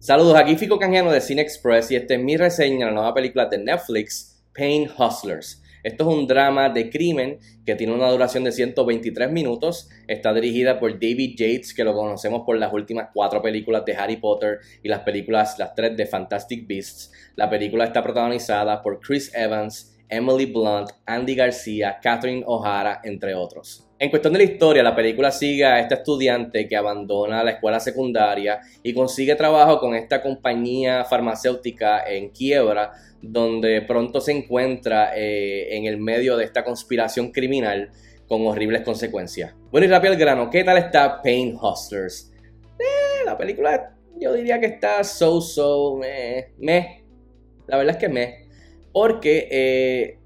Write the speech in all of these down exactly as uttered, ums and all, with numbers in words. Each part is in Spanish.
Saludos, aquí Fico Canjiano de Cine Express y esta es mi reseña de la nueva película de Netflix, Pain Hustlers. Esto es un drama de crimen que tiene una duración de ciento veintitrés minutos. Está dirigida por David Yates, que lo conocemos por las últimas cuatro películas de Harry Potter y las películas, las tres de Fantastic Beasts. La película está protagonizada por Chris Evans, Emily Blunt, Andy García, Catherine O'Hara, entre otros. En cuestión de la historia, la película sigue a esta estudiante que abandona la escuela secundaria y consigue trabajo con esta compañía farmacéutica en quiebra, donde pronto se encuentra eh, en el medio de esta conspiración criminal con horribles consecuencias. Bueno, y rápido al grano, ¿qué tal está Pain Hustlers? Eh, la película yo diría que está so-so, meh, meh. La verdad es que meh. Porque eh,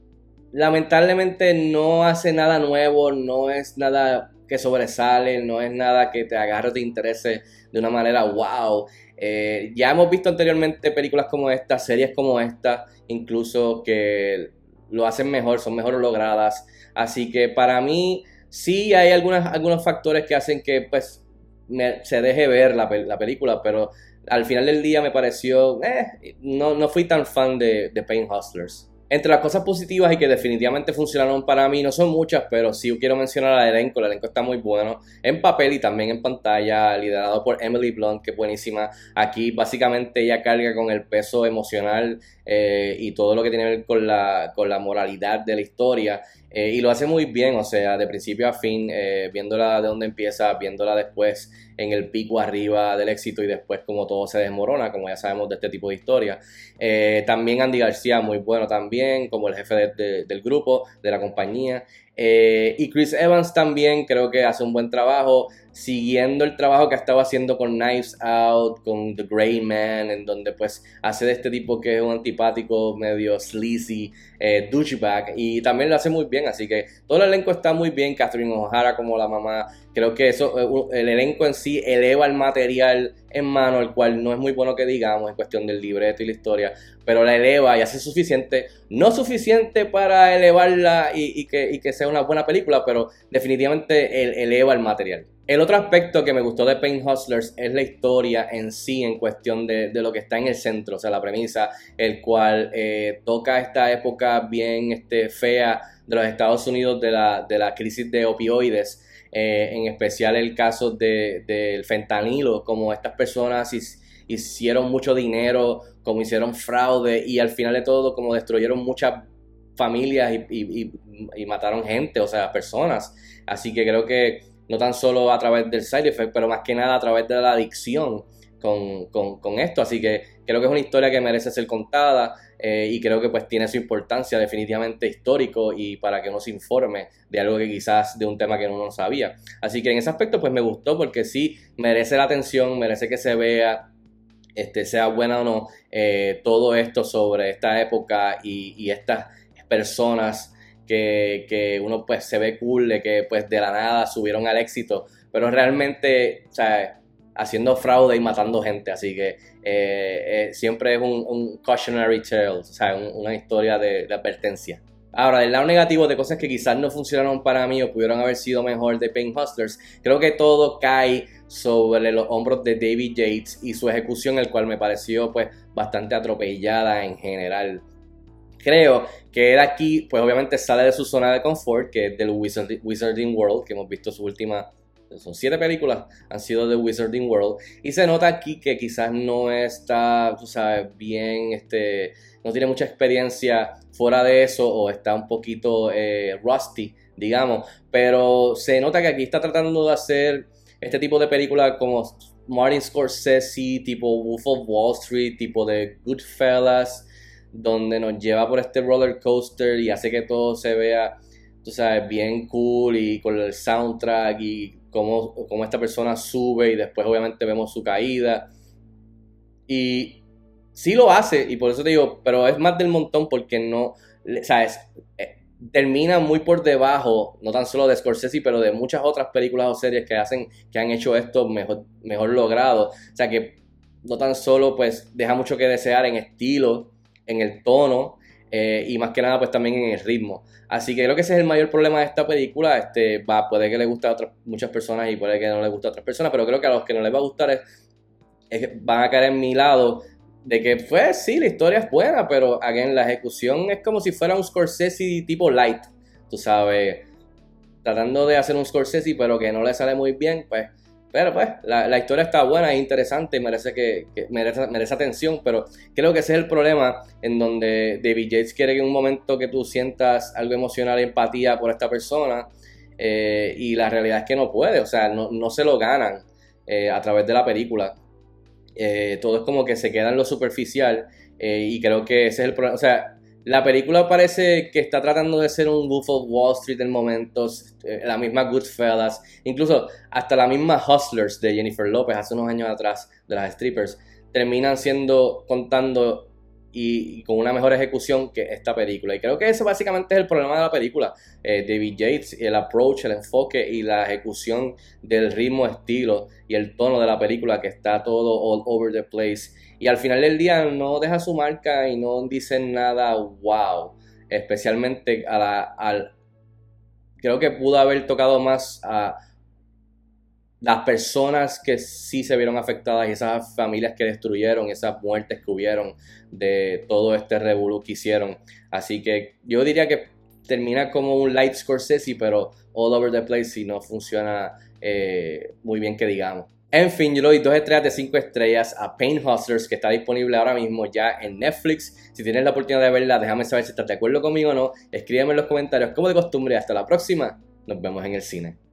lamentablemente no hace nada nuevo, no es nada que sobresale, no es nada que te agarre o te interese de una manera wow. Eh, ya hemos visto anteriormente películas como esta, series como esta, incluso que lo hacen mejor, son mejor logradas. Así que para mí sí hay algunas, algunos factores que hacen que pues me, se deje ver la, la película, pero al final del día me pareció, eh, no, no fui tan fan de, de Pain Hustlers. Entre las cosas positivas y que definitivamente funcionaron para mí, no son muchas, pero sí quiero mencionar al elenco. El elenco está muy bueno en papel y también en pantalla, liderado por Emily Blunt, que es buenísima. Aquí básicamente ella carga con el peso emocional eh, y todo lo que tiene que ver con la, con la moralidad de la historia. Eh, y lo hace muy bien, o sea, de principio a fin, eh, viéndola de dónde empieza, viéndola después en el pico arriba del éxito y después como todo se desmorona, como ya sabemos de este tipo de historia. Eh, también Andy García, muy bueno también, como el jefe de, de, del grupo, de la compañía. Eh, y Chris Evans también creo que hace un buen trabajo, siguiendo el trabajo que estaba haciendo con Knives Out, con The Gray Man, en donde pues hace de este tipo que es un antipático, medio sleazy, eh, douchebag, y también lo hace muy bien, así que todo el elenco está muy bien. Catherine O'Hara como la mamá, creo que eso, el elenco en sí eleva el material en mano, el cual no es muy bueno que digamos en cuestión del libreto y la historia, pero la eleva y hace suficiente, no suficiente para elevarla y, y, que, y que sea una buena película, pero definitivamente el, eleva el material. El otro aspecto que me gustó de Pain Hustlers es la historia en sí, en cuestión de, de lo que está en el centro, o sea, la premisa, el cual eh, toca esta época bien este, fea de los Estados Unidos de la, de la crisis de opioides. Eh, en especial el caso del de, de fentanilo, como estas personas his, hicieron mucho dinero, como hicieron fraude y al final de todo como destruyeron muchas familias y, y, y, y mataron gente, o sea, personas. Así que creo que no tan solo a través del side effect, pero más que nada a través de la adicción con, con, con esto. Así que creo que es una historia que merece ser contada. Eh, y creo que pues tiene su importancia definitivamente histórico y para que uno se informe de algo que quizás de un tema que uno no sabía. Así que en ese aspecto pues me gustó porque sí merece la atención, merece que se vea, este, sea buena o no, eh, todo esto sobre esta época y, y estas personas que, que uno pues se ve cool de que pues de la nada subieron al éxito, pero realmente, o sea, haciendo fraude y matando gente, así que eh, eh, siempre es un, un cautionary tale, o sea, un, una historia de, de advertencia. Ahora, del lado negativo de cosas que quizás no funcionaron para mí o pudieron haber sido mejor de Pain Hustlers, creo que todo cae sobre los hombros de David Yates y su ejecución, el cual me pareció pues bastante atropellada en general. Creo que él aquí, pues obviamente sale de su zona de confort, que es del Wizard, Wizarding World, que hemos visto su última, son siete películas, han sido de Wizarding World, y se nota aquí que quizás no está, tú sabes, bien, este, no tiene mucha experiencia fuera de eso, o está un poquito eh, rusty, digamos, pero se nota que aquí está tratando de hacer este tipo de película como Martin Scorsese, tipo Wolf of Wall Street, tipo de Goodfellas, donde nos lleva por este roller coaster y hace que todo se vea, tú sabes, bien cool y con el soundtrack y cómo, cómo esta persona sube y después obviamente vemos su caída. Y sí lo hace y por eso te digo, pero es más del montón porque no, sabes, eh, termina muy por debajo, no tan solo de Scorsese, pero de muchas otras películas o series que hacen, que han hecho esto mejor, mejor logrado. O sea que no tan solo pues deja mucho que desear en estilo, en el tono eh, y más que nada pues también en el ritmo. Así que creo que ese es el mayor problema de esta película. Este, va, puede que le guste a otras muchas personas y puede que no le guste a otras personas, pero creo que a los que no les va a gustar es es- van a caer en mi lado de que, pues sí, la historia es buena, pero again, la ejecución es como si fuera un Scorsese tipo light, tú sabes, tratando de hacer un Scorsese, pero que no le sale muy bien, pues. Pero pues, la, la historia está buena, es interesante y merece, que, que merece, merece atención, pero creo que ese es el problema en donde David Yates quiere que en un momento que tú sientas algo emocional, empatía por esta persona, eh, y la realidad es que no puede, o sea, no, no se lo ganan eh, a través de la película. Eh, todo es como que se queda en lo superficial, eh, y creo que ese es el problema. O sea, la película parece que está tratando de ser un Wolf of Wall Street en momentos, eh, la misma Goodfellas, incluso hasta la misma Hustlers de Jennifer Lopez hace unos años atrás, de las strippers, terminan siendo, contando y, y con una mejor ejecución que esta película. Y creo que eso básicamente es el problema de la película. Eh, David Yates, el approach, el enfoque y la ejecución del ritmo, estilo y el tono de la película, que está todo all over the place. Y al final del día no deja su marca y no dice nada wow. Especialmente a la, al... Creo que pudo haber tocado más a las personas que sí se vieron afectadas y esas familias que destruyeron, esas muertes que hubieron de todo este revolú que hicieron. Así que yo diría que termina como un light Scorsese, pero all over the place y no funciona eh, muy bien que digamos. En fin, yo le doy dos estrellas de cinco estrellas a Pain Hustlers, que está disponible ahora mismo ya en Netflix. Si tienes la oportunidad de verla, déjame saber si estás de acuerdo conmigo o no. Escríbeme en los comentarios como de costumbre. Hasta la próxima. Nos vemos en el cine.